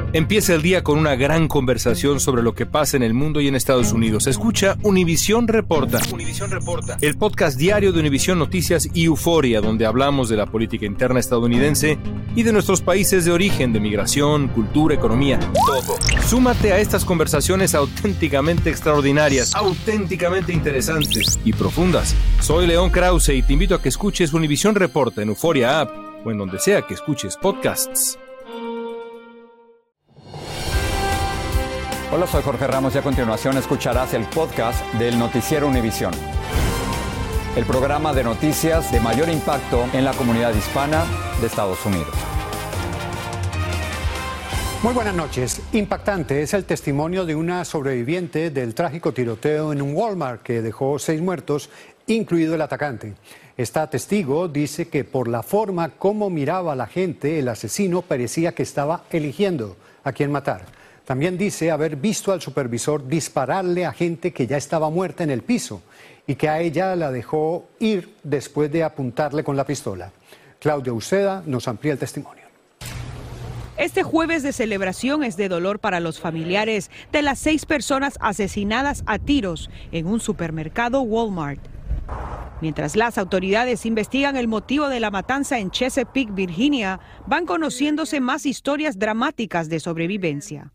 Empieza el día con una gran conversación sobre lo que pasa en el mundo y en Estados Unidos. Escucha Univisión Reporta. Univisión Reporta. El podcast diario de Univisión Noticias y Euforia, donde hablamos de la política interna estadounidense y de nuestros países de origen, de migración, cultura, economía, todo. Súmate a estas conversaciones auténticamente extraordinarias, auténticamente interesantes y profundas. Soy León Krause y te invito a que escuches Univisión Reporta en Euforia App o en donde sea que escuches podcasts. Hola, soy Jorge Ramos y a continuación escucharás el podcast del Noticiero Univisión. El programa de noticias de mayor impacto en la comunidad hispana de Estados Unidos. Muy buenas noches. Impactante es el testimonio de una sobreviviente del trágico tiroteo en un Walmart que dejó 6 muertos, incluido el atacante. Esta testigo dice que por la forma como miraba a la gente, el asesino parecía que estaba eligiendo a quién matar. También dice haber visto al supervisor dispararle a gente que ya estaba muerta en el piso y que a ella la dejó ir después de apuntarle con la pistola. Claudia Uceda nos amplía el testimonio. Este jueves de celebración es de dolor para los familiares de las 6 personas asesinadas a tiros en un supermercado Walmart. Mientras las autoridades investigan el motivo de la matanza en Chesapeake, Virginia, van conociéndose más historias dramáticas de sobrevivencia.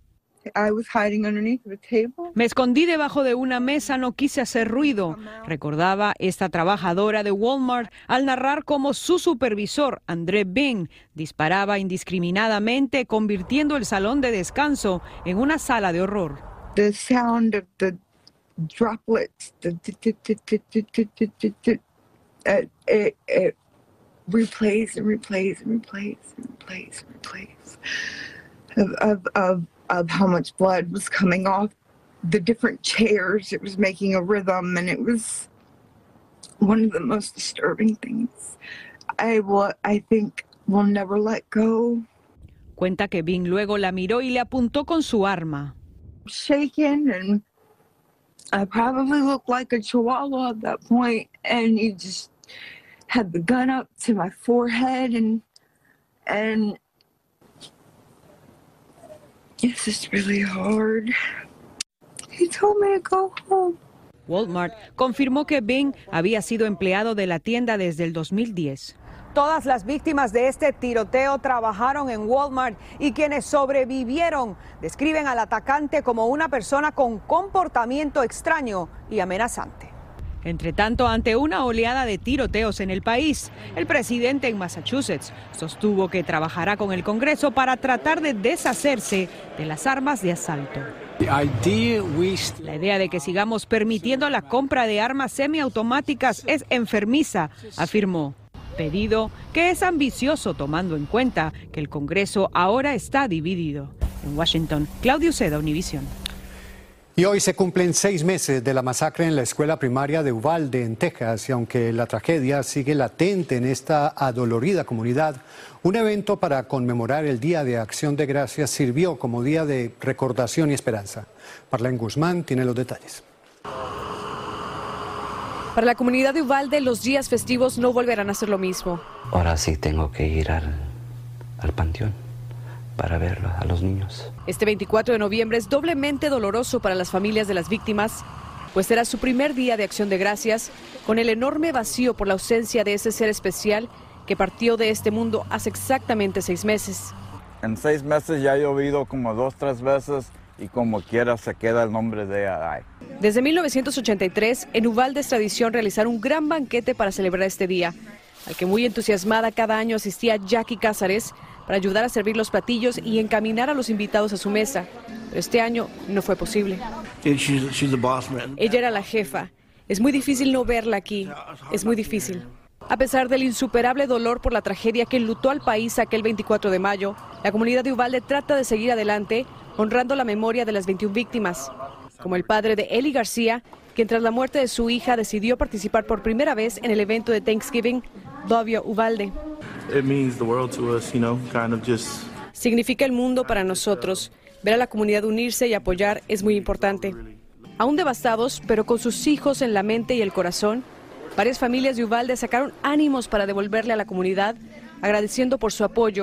Me escondí debajo de una mesa, no quise hacer ruido, recordaba esta trabajadora de Walmart al narrar cómo su supervisor, André Bing, disparaba indiscriminadamente, convirtiendo el salón de descanso en una sala de horror. The sound of the droplets, it replays and replays and replays and replays and replays of how much blood was coming off the different chairs. It was making a rhythm, and it was one of the most disturbing things. I think we'll never let go. Cuenta que Bing luego la miró y le apuntó con su arma. Shaken, and I probably looked like a chihuahua at that point, and he just had the gun up to my forehead, and this is really hard. He told me to go home. Walmart confirmó que Bing había sido empleado de la tienda desde el 2010. Todas las víctimas de este tiroteo trabajaron en Walmart y quienes sobrevivieron describen al atacante como una persona con comportamiento extraño y amenazante. Entre tanto, ante una oleada de tiroteos en el país, el presidente en Massachusetts sostuvo que trabajará con el Congreso para tratar de deshacerse de las armas de asalto. La idea de que sigamos permitiendo la compra de armas semiautomáticas es enfermiza, afirmó. Pedido que es ambicioso tomando en cuenta que el Congreso ahora está dividido. En Washington, Claudia Uceda, Univisión. Y hoy se cumplen 6 meses de la masacre en la escuela primaria de Uvalde, en Texas, y aunque la tragedia sigue latente en esta adolorida comunidad, un evento para conmemorar el Día de Acción de Gracias sirvió como día de recordación y esperanza. Marlene Guzmán tiene los detalles. Para la comunidad de Uvalde, los días festivos no volverán a ser lo mismo. Ahora sí tengo que ir al panteón para ver a los niños. Este 24 de noviembre es doblemente doloroso para las familias de las víctimas, pues será su primer día de Acción de Gracias, con el enorme vacío por la ausencia de ese ser especial que partió de este mundo hace exactamente 6 meses. En 6 meses ya he llovido como 2, 3 veces y como quiera se queda el nombre de ella ahí. Desde 1983, en Uvalde es tradición realizar un gran banquete para celebrar este día, al que muy entusiasmada cada año asistía Jackie Cázares para ayudar a servir los platillos y encaminar a los invitados a su mesa. Pero este año no fue posible. Ella era la jefa. Es muy difícil no verla aquí. Es muy difícil. A pesar del insuperable dolor por la tragedia que enlutó al país aquel 24 de mayo, la comunidad de Uvalde trata de seguir adelante, honrando la memoria de las 21 víctimas, como el padre de Eli García, quien tras la muerte de su hija decidió participar por primera vez en el evento de Thanksgiving, Dovio Uvalde. Significa el mundo para nosotros. Ver a la comunidad unirse y apoyar es muy importante. Aún devastados, pero con sus hijos en la mente y el corazón, varias familias de Uvalde sacaron ánimos para devolverle a la comunidad, agradeciendo por su apoyo,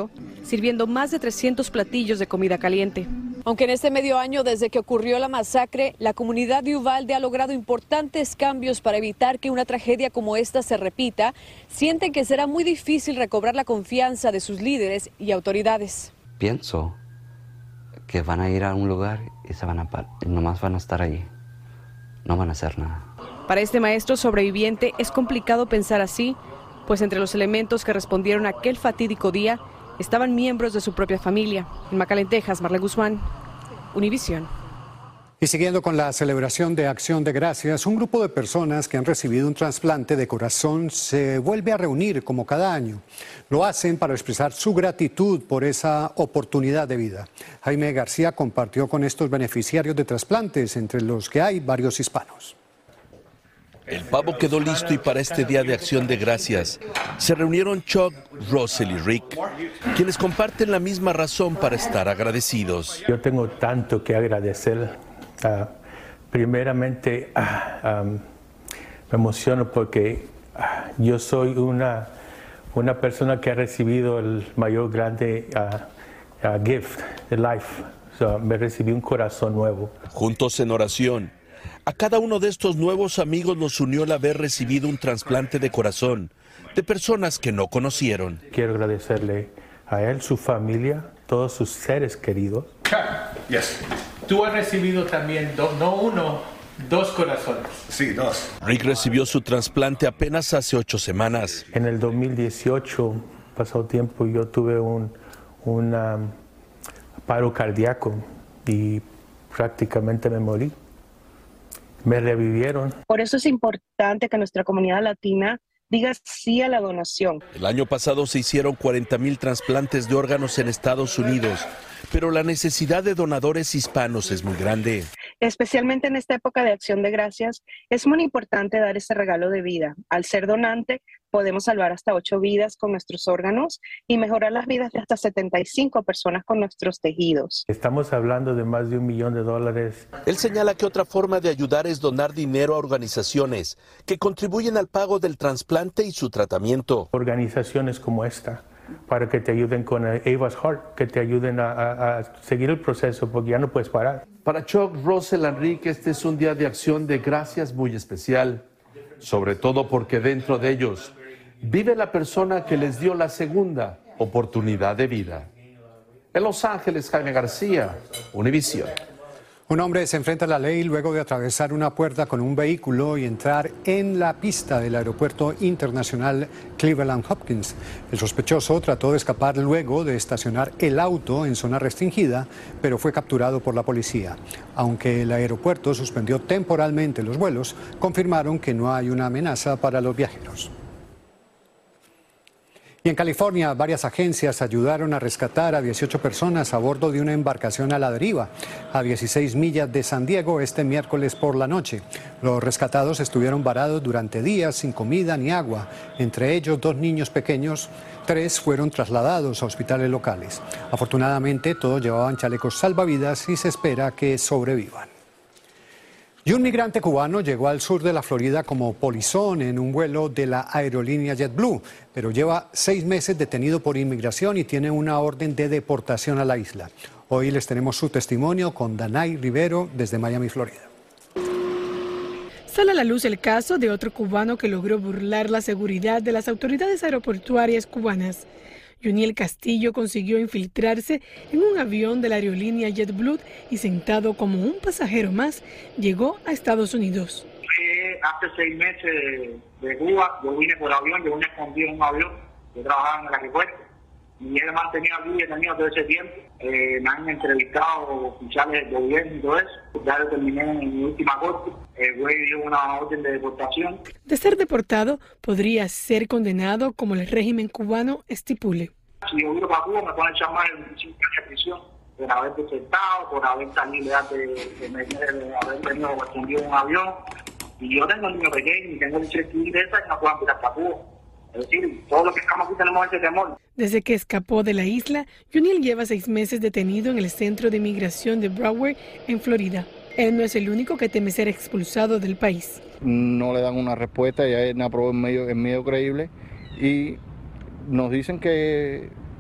sirviendo más de 300 platillos de comida caliente. Aunque en este medio año desde que ocurrió la masacre, la comunidad de Uvalde ha logrado importantes cambios para evitar que una tragedia como esta se repita, sienten que será muy difícil recobrar la confianza de sus líderes y autoridades. Pienso que van a ir a un lugar y nomás van a estar allí, no van a hacer nada. Para este maestro sobreviviente es complicado pensar así, pues entre los elementos que respondieron a aquel fatídico día estaban miembros de su propia familia. En McAllen, Texas, Marlene Guzmán, Univisión. Y siguiendo con la celebración de Acción de Gracias, un grupo de personas que han recibido un trasplante de corazón se vuelve a reunir como cada año. Lo hacen para expresar su gratitud por esa oportunidad de vida. Jaime García compartió con estos beneficiarios de trasplantes, entre los que hay varios hispanos. El pavo quedó listo y para este Día de Acción de Gracias se reunieron Chuck, Russell y Rick, quienes comparten la misma razón para estar agradecidos. Yo tengo tanto que agradecer. Primeramente, me emociono porque yo soy una persona que ha recibido el mayor grande gift de life. Me recibí un corazón nuevo. Juntos en oración, a cada uno de estos nuevos amigos los unió el haber recibido un trasplante de corazón de personas que no conocieron. Quiero agradecerle a él, su familia, todos sus seres queridos. Yes. Tú has recibido también dos corazones. Sí, dos. Rick recibió su trasplante apenas hace 8 semanas. En el 2018, pasado tiempo, yo tuve un paro cardíaco y prácticamente me morí. Me revivieron. Por eso es importante que nuestra comunidad latina diga sí a la donación. El año pasado se hicieron 40,000 trasplantes de órganos en Estados Unidos, pero la necesidad de donadores hispanos es muy grande. Especialmente en esta época de Acción de Gracias, es muy importante dar ese regalo de vida. Al ser donante, podemos salvar hasta 8 vidas con nuestros órganos y mejorar las vidas de hasta 75 personas con nuestros tejidos. Estamos hablando de más de $1 millón. Él señala que otra forma de ayudar es donar dinero a organizaciones que contribuyen al pago del trasplante y su tratamiento. Organizaciones como esta, para que te ayuden con Ava's Heart, que te ayuden a seguir el proceso, porque ya no puedes parar. Para Chuck, Russell, Enrique, este es un día de acción de gracias muy especial, sobre todo porque dentro de ellos vive la persona que les dio la segunda oportunidad de vida. En Los Ángeles, Jaime García, Univisión. Un hombre se enfrenta a la ley luego de atravesar una puerta con un vehículo y entrar en la pista del aeropuerto internacional Cleveland Hopkins. El sospechoso trató de escapar luego de estacionar el auto en zona restringida, pero fue capturado por la policía. Aunque el aeropuerto suspendió temporalmente los vuelos, confirmaron que no hay una amenaza para los viajeros. Y en California, varias agencias ayudaron a rescatar a 18 personas a bordo de una embarcación a la deriva, a 16 millas de San Diego este miércoles por la noche. Los rescatados estuvieron varados durante días sin comida ni agua, entre ellos 2 niños pequeños. 3 fueron trasladados a hospitales locales. Afortunadamente, todos llevaban chalecos salvavidas y se espera que sobrevivan. Y un migrante cubano llegó al sur de la Florida como polizón en un vuelo de la aerolínea JetBlue, pero lleva 6 meses detenido por inmigración y tiene una orden de deportación a la isla. Hoy les tenemos su testimonio con Danay Rivero desde Miami, Florida. Sale a la luz el caso de otro cubano que logró burlar la seguridad de las autoridades aeroportuarias cubanas. Yuniel Castillo consiguió infiltrarse en un avión de la aerolínea JetBlue y sentado como un pasajero más, llegó a Estados Unidos. Hace 6 meses de Cuba, yo vine por avión, yo vine escondido en un avión, yo trabajaba en el aeropuerto y él mantenía aquí, he tenido todo ese tiempo. Me han entrevistado oficiales del gobierno y todo eso. Ya lo terminé en mi última corte. Fue una orden de deportación. De ser deportado, podría ser condenado como el régimen cubano estipule. Si yo voy para Cuba, me pueden llamar en 25 años de prisión por haber desertado, por haber salido de haber tenido escondido un avión. Y yo tengo un niño pequeño y tengo 18 de esas que no puedan tirar para Cuba. Es decir, todos los que estamos aquí tenemos ese temor. Desde que escapó de la isla, Yuniel lleva 6 meses detenido en el centro de inmigración de Broward, en Florida. Él no es el único que teme ser expulsado del país. No le dan una respuesta, ya él aprobó en medio creíble y nos dicen que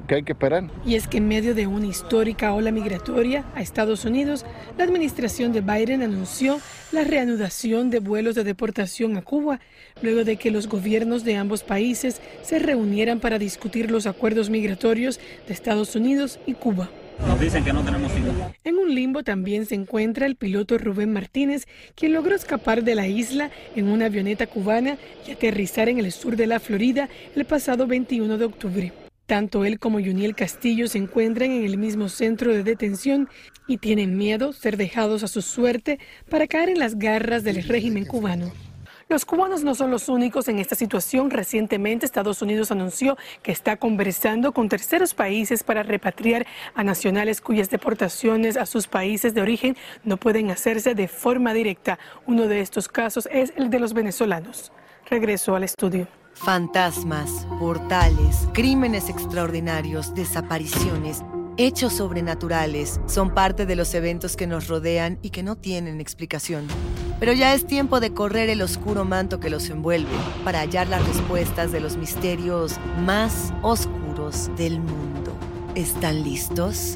que hay que esperar. Y es que en medio de una histórica ola migratoria a Estados Unidos, la administración de Biden anunció la reanudación de vuelos de deportación a Cuba, luego de que los gobiernos de ambos países se reunieran para discutir los acuerdos migratorios de Estados Unidos y Cuba. Nos dicen que no tenemos cita. En un limbo también se encuentra el piloto Rubén Martínez, quien logró escapar de la isla en una avioneta cubana y aterrizar en el sur de la Florida el pasado 21 de octubre. Tanto él como Yuniel Castillo se encuentran en el mismo centro de detención y tienen miedo ser dejados a su suerte para caer en las garras del régimen cubano. Los cubanos no son los únicos en esta situación. Recientemente Estados Unidos anunció que está conversando con terceros países para repatriar a nacionales cuyas deportaciones a sus países de origen no pueden hacerse de forma directa. Uno de estos casos es el de los venezolanos. Regreso al estudio. Fantasmas, portales, crímenes extraordinarios, desapariciones, hechos sobrenaturales son parte de los eventos que nos rodean y que no tienen explicación. Pero ya es tiempo de correr el oscuro manto que los envuelve para hallar las respuestas de los misterios más oscuros del mundo. ¿Están listos?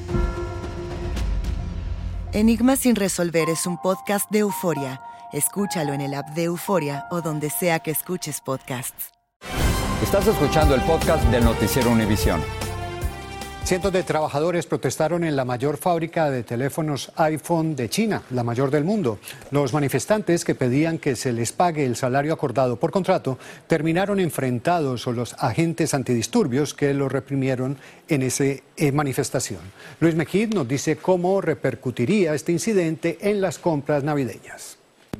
Enigma sin resolver es un podcast de Euforia. Escúchalo en el app de Euforia o donde sea que escuches podcasts. Estás escuchando el podcast del Noticiero Univisión. Cientos de trabajadores protestaron en la mayor fábrica de teléfonos iPhone de China, la mayor del mundo. Los manifestantes que pedían que se les pague el salario acordado por contrato terminaron enfrentados con los agentes antidisturbios que los reprimieron en esa manifestación. Luis Mejid nos dice cómo repercutiría este incidente en las compras navideñas.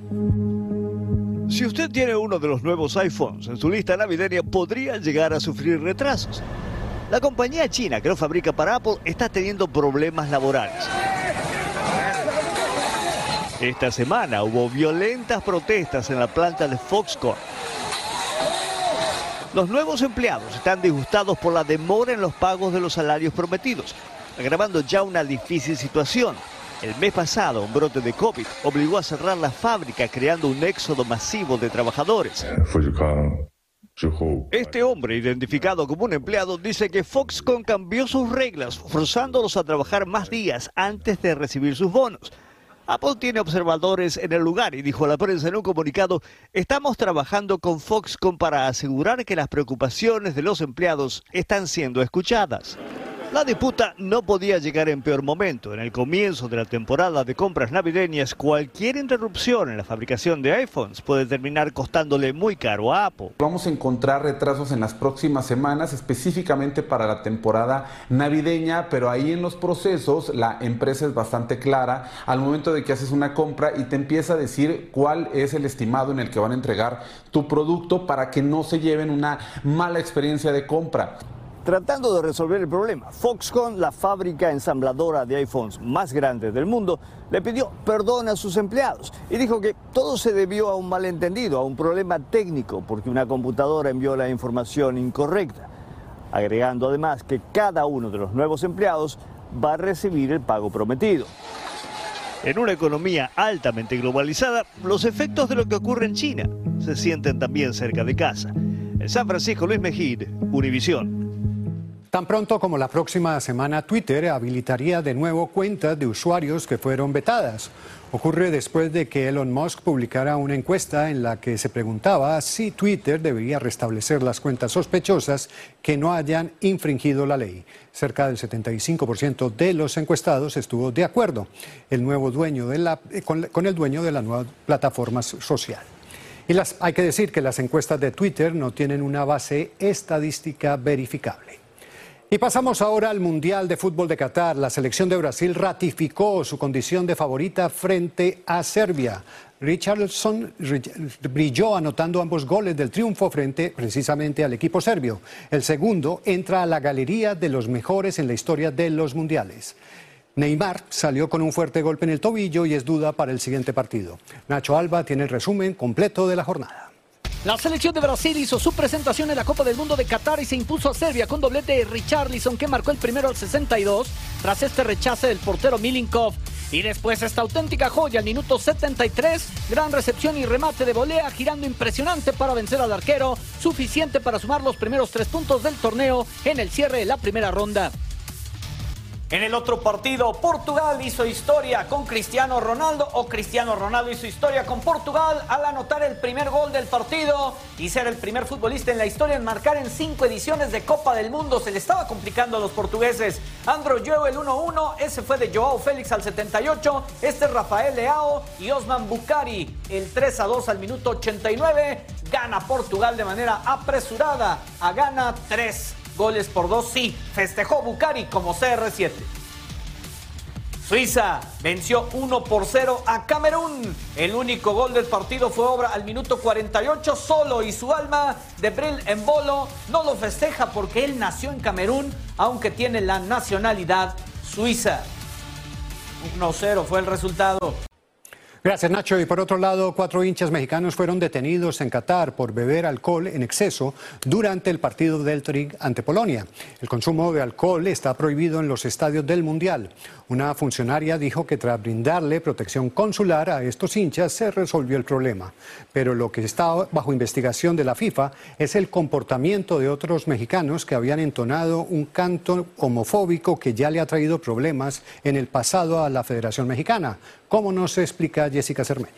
Si usted tiene uno de los nuevos iPhones en su lista navideña, podría llegar a sufrir retrasos. La compañía china que lo fabrica para Apple está teniendo problemas laborales. Esta semana hubo violentas protestas en la planta de Foxconn. Los nuevos empleados están disgustados por la demora en los pagos de los salarios prometidos, agravando ya una difícil situación. El mes pasado, un brote de COVID obligó a cerrar la fábrica, creando un éxodo masivo de trabajadores. Este hombre, identificado como un empleado, dice que Foxconn cambió sus reglas, forzándolos a trabajar más días antes de recibir sus bonos. Apple tiene observadores en el lugar y dijo a la prensa en un comunicado: estamos trabajando con Foxconn para asegurar que las preocupaciones de los empleados están siendo escuchadas. La disputa no podía llegar en peor momento. En el comienzo de la temporada de compras navideñas, cualquier interrupción en la fabricación de iPhones puede terminar costándole muy caro a Apple. Vamos a encontrar retrasos en las próximas semanas, específicamente para la temporada navideña, pero ahí en los procesos la empresa es bastante clara al momento de que haces una compra y te empieza a decir cuál es el estimado en el que van a entregar tu producto para que no se lleven una mala experiencia de compra. Tratando de resolver el problema, Foxconn, la fábrica ensambladora de iPhones más grande del mundo, le pidió perdón a sus empleados y dijo que todo se debió a un malentendido, a un problema técnico, porque una computadora envió la información incorrecta, agregando además que cada uno de los nuevos empleados va a recibir el pago prometido. En una economía altamente globalizada, los efectos de lo que ocurre en China se sienten también cerca de casa. En San Francisco, Luis Mejid, Univisión. Tan pronto como la próxima semana, Twitter habilitaría de nuevo cuentas de usuarios que fueron vetadas. Ocurre después de que Elon Musk publicara una encuesta en la que se preguntaba si Twitter debería restablecer las cuentas sospechosas que no hayan infringido la ley. Cerca del 75% de los encuestados estuvo de acuerdo con el dueño de la nueva plataforma social. Hay que decir que las encuestas de Twitter no tienen una base estadística verificable. Y pasamos ahora al Mundial de Fútbol de Qatar. La selección de Brasil ratificó su condición de favorita frente a Serbia. Richarlison brilló anotando ambos goles del triunfo frente precisamente al equipo serbio. El segundo entra a la galería de los mejores en la historia de los mundiales. Neymar salió con un fuerte golpe en el tobillo y es duda para el siguiente partido. Nacho Alba tiene el resumen completo de la jornada. La selección de Brasil hizo su presentación en la Copa del Mundo de Qatar y se impuso a Serbia con doblete de Richarlison, que marcó el primero al 62 tras este rechace del portero Milinkov. Y después esta auténtica joya al minuto 73, gran recepción y remate de volea, girando impresionante para vencer al arquero, suficiente para sumar los primeros 3 puntos del torneo en el cierre de la primera ronda. En el otro partido, Portugal hizo historia con Cristiano Ronaldo, o Cristiano Ronaldo hizo historia con Portugal al anotar el primer gol del partido y ser el primer futbolista en la historia en marcar en 5 ediciones de Copa del Mundo. Se le estaba complicando a los portugueses. Andro Joe el 1-1, ese fue de Joao Félix al 78, este es Rafael Leao y Osman Bucari el 3-2 al minuto 89. Gana Portugal de manera apresurada, gana 3-2, sí, festejó Bucari como CR7. Suiza venció 1-0 a Camerún. El único gol del partido fue obra al minuto 48 solo, y su alma de Bril Embolo no lo festeja porque él nació en Camerún, aunque tiene la nacionalidad suiza. 1-0 fue el resultado. Gracias, Nacho. Y por otro lado, 4 hinchas mexicanos fueron detenidos en Qatar por beber alcohol en exceso durante el partido del Tri ante Polonia. El consumo de alcohol está prohibido en los estadios del Mundial. Una funcionaria dijo que tras brindarle protección consular a estos hinchas se resolvió el problema. Pero lo que está bajo investigación de la FIFA es el comportamiento de otros mexicanos que habían entonado un canto homofóbico que ya le ha traído problemas en el pasado a la Federación Mexicana. ¿Cómo nos explica Jessica Cermeño?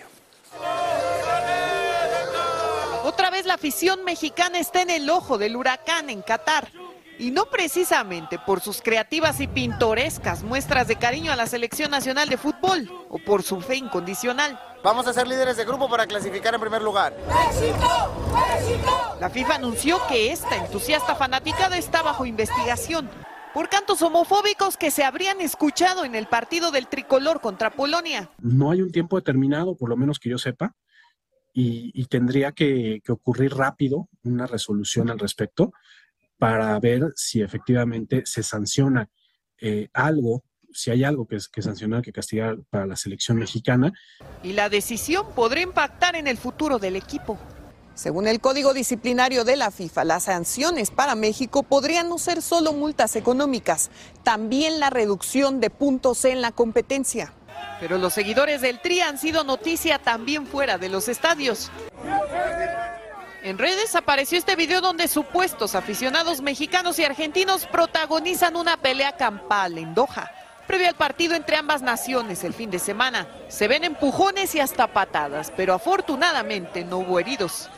Otra vez la afición mexicana está en el ojo del huracán en Qatar. Y no precisamente por sus creativas y pintorescas muestras de cariño a la selección nacional de fútbol o por su fe incondicional. Vamos a ser líderes de grupo para clasificar en primer lugar. ¡México! ¡México! La FIFA anunció que esta entusiasta fanaticada está bajo investigación por cantos homofóbicos que se habrían escuchado en el partido del tricolor contra Polonia. No hay un tiempo determinado, por lo menos que yo sepa, y tendría que ocurrir rápido una resolución al respecto para ver si efectivamente se sanciona algo, si hay algo que sancionar, que castigar para la selección mexicana. Y la decisión podría impactar en el futuro del equipo. Según el Código Disciplinario de la FIFA, las sanciones para México podrían no ser solo multas económicas, también la reducción de puntos en la competencia. Pero los seguidores del Tri han sido noticia también fuera de los estadios. En redes apareció este video donde supuestos aficionados mexicanos y argentinos protagonizan una pelea campal en Doha, previo al partido entre ambas naciones el fin de semana. Se ven empujones y hasta patadas, pero afortunadamente no hubo heridos.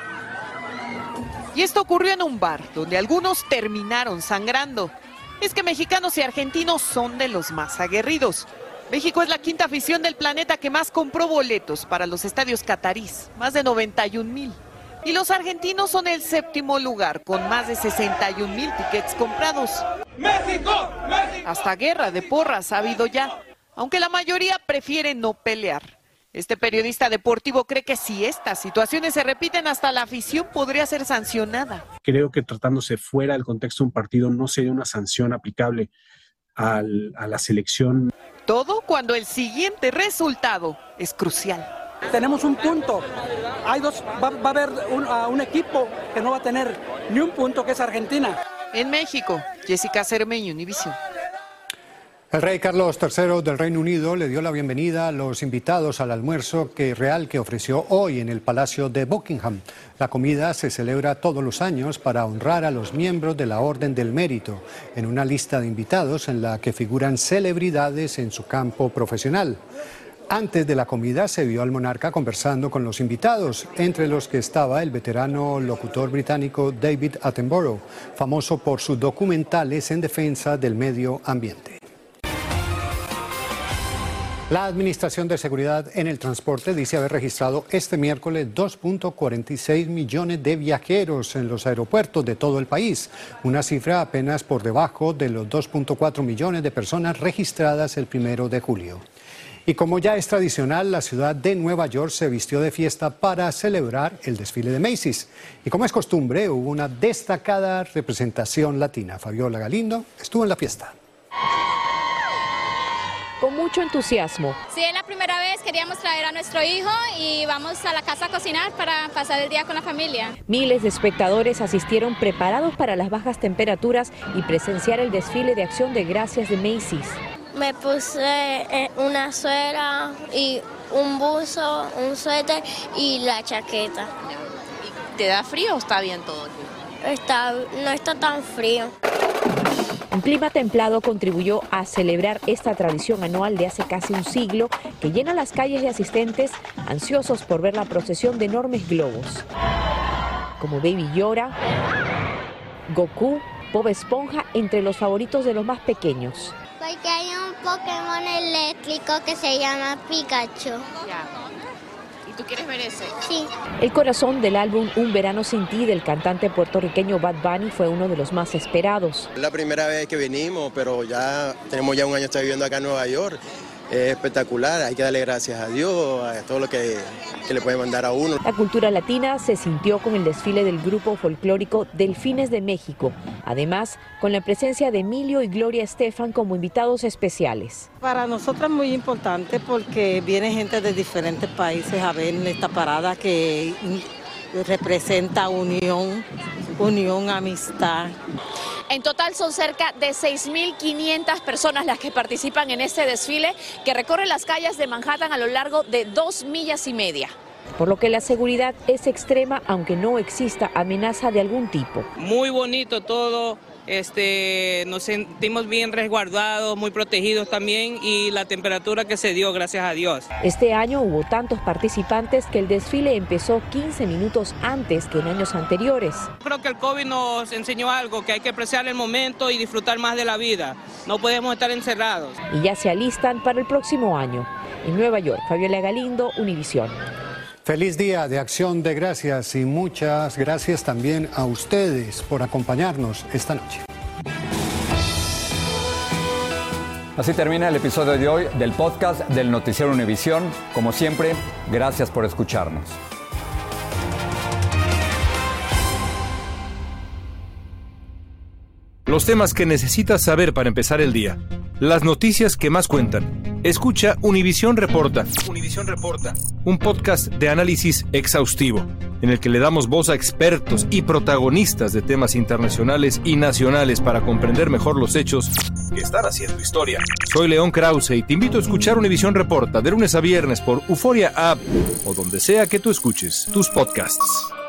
Y esto ocurrió en un bar, donde algunos terminaron sangrando. Es que mexicanos y argentinos son de los más aguerridos. México es la quinta afición del planeta que más compró boletos para los estadios catarís, más de 91,000. Y los argentinos son el 7º lugar, con más de 61,000 tickets comprados. ¡México! ¡México! Hasta guerra de porras ha habido ya, aunque la mayoría prefiere no pelear. Este periodista deportivo cree que si estas situaciones se repiten, hasta la afición podría ser sancionada. Creo que tratándose fuera del contexto de un partido no sería una sanción aplicable a la selección. Todo cuando el siguiente resultado es crucial. Tenemos un punto. Va a haber un equipo que no va a tener ni un punto, que es Argentina. En México, Jessica Cermeño, Univisión. El rey Carlos III del Reino Unido le dio la bienvenida a los invitados al almuerzo real que ofreció hoy en el Palacio de Buckingham. La comida se celebra todos los años para honrar a los miembros de la Orden del Mérito, en una lista de invitados en la que figuran celebridades en su campo profesional. Antes de la comida se vio al monarca conversando con los invitados, entre los que estaba el veterano locutor británico David Attenborough, famoso por sus documentales en defensa del medio ambiente. La Administración de Seguridad en el Transporte dice haber registrado este miércoles 2.46 millones de viajeros en los aeropuertos de todo el país, una cifra apenas por debajo de los 2.4 millones de personas registradas el 1 de julio. Y como ya es tradicional, la ciudad de Nueva York se vistió de fiesta para celebrar el desfile de Macy's. Y como es costumbre, hubo una destacada representación latina. Fabiola Galindo estuvo en la fiesta. Con mucho entusiasmo. Sí, es la primera vez, queríamos traer a nuestro hijo y vamos a la casa a cocinar para pasar el día con la familia. Miles de espectadores asistieron preparados para las bajas temperaturas y presenciar el desfile de Acción de Gracias de Macy's. Me puse una suera y un buzo, un suéter y la chaqueta. ¿Te da frío o está bien todo? No está tan frío. Un clima templado contribuyó a celebrar esta tradición anual de hace casi un siglo que llena las calles de asistentes ansiosos por ver la procesión de enormes globos. Como Baby Yoda, Goku, Bob Esponja, entre los favoritos de los más pequeños. Porque hay un Pokémon eléctrico que se llama Pikachu. ¿Y tú quieres ver ese? Sí. El corazón del álbum Un Verano Sin Ti del cantante puertorriqueño Bad Bunny fue uno de los más esperados. Es la primera vez que venimos, pero tenemos un año viviendo acá en Nueva York. Es espectacular, hay que darle gracias a Dios, a todo lo que le puede mandar a uno. La cultura latina se sintió con el desfile del grupo folclórico Delfines de México, además con la presencia de Emilio y Gloria Estefan como invitados especiales. Para nosotros es muy importante porque viene gente de diferentes países a ver esta parada que representa unión, amistad. En total son cerca de 6.500 personas las que participan en este desfile que recorre las calles de Manhattan a lo largo de 2,5 millas. Por lo que la seguridad es extrema, aunque no exista amenaza de algún tipo. Muy bonito todo, nos sentimos bien resguardados, muy protegidos también, y la temperatura que se dio, gracias a Dios. Este año hubo tantos participantes que el desfile empezó 15 minutos antes que en años anteriores. Creo que el COVID nos enseñó algo, que hay que apreciar el momento y disfrutar más de la vida. No podemos estar encerrados. Y ya se alistan para el próximo año. En Nueva York, Fabiola Galindo, Univisión. Feliz Día de Acción de Gracias y muchas gracias también a ustedes por acompañarnos esta noche. Así termina el episodio de hoy del podcast del Noticiero Univisión. Como siempre, gracias por escucharnos. Los temas que necesitas saber para empezar el día. Las noticias que más cuentan. Escucha Univisión Reporta. Univisión Reporta. Un podcast de análisis exhaustivo, en el que le damos voz a expertos y protagonistas de temas internacionales y nacionales para comprender mejor los hechos que están haciendo historia. Soy León Krause y te invito a escuchar Univisión Reporta de lunes a viernes por Euforia App o donde sea que tú escuches tus podcasts.